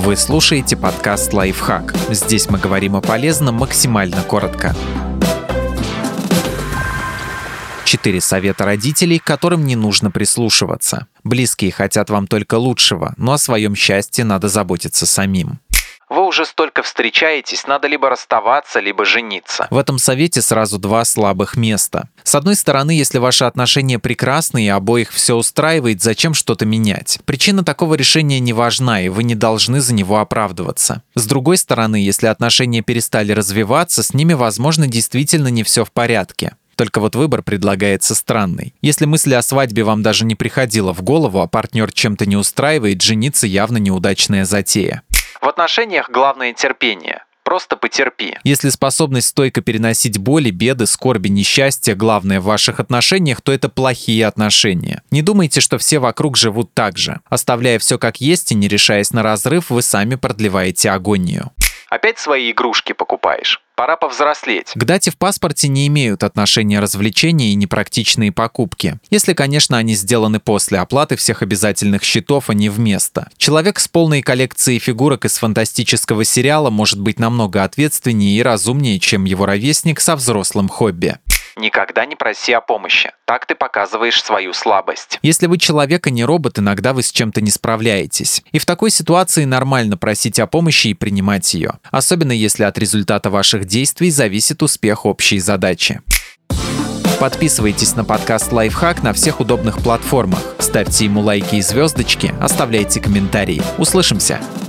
Вы слушаете подкаст «Лайфхак». Здесь мы говорим о полезном максимально коротко. 4 совета родителей, к которым не нужно прислушиваться. Близкие хотят вам только лучшего, но о своем счастье надо заботиться самим. Вы уже столько встречаетесь, надо либо расставаться, либо жениться. В этом совете сразу 2 слабых места. С одной стороны, если ваши отношения прекрасны и обоих все устраивает, зачем что-то менять? Причина такого решения не важна, и вы не должны за него оправдываться. С другой стороны, если отношения перестали развиваться, с ними, возможно, действительно не все в порядке. Только вот выбор предлагается странный. Если мысль о свадьбе вам даже не приходила в голову, а партнер чем-то не устраивает, жениться явно неудачная затея. В отношениях главное терпение. Просто потерпи. Если способность стойко переносить боли, беды, скорби, несчастья главное в ваших отношениях, то это плохие отношения. Не думайте, что все вокруг живут так же. Оставляя все как есть и не решаясь на разрыв, вы сами продлеваете агонию. Опять свои игрушки покупаешь? Пора повзрослеть. К дате в паспорте не имеют отношения развлечения и непрактичные покупки. Если, конечно, они сделаны после оплаты всех обязательных счетов, а не вместо. Человек с полной коллекцией фигурок из фантастического сериала может быть намного ответственнее и разумнее, чем его ровесник со взрослым хобби. Никогда не проси о помощи. Так ты показываешь свою слабость. Если вы человек, а не робот, иногда вы с чем-то не справляетесь. И в такой ситуации нормально просить о помощи и принимать ее. Особенно если от результата ваших действий зависит успех общей задачи. Подписывайтесь на подкаст «Лайфхак» на всех удобных платформах. Ставьте ему лайки и звездочки, оставляйте комментарии. Услышимся!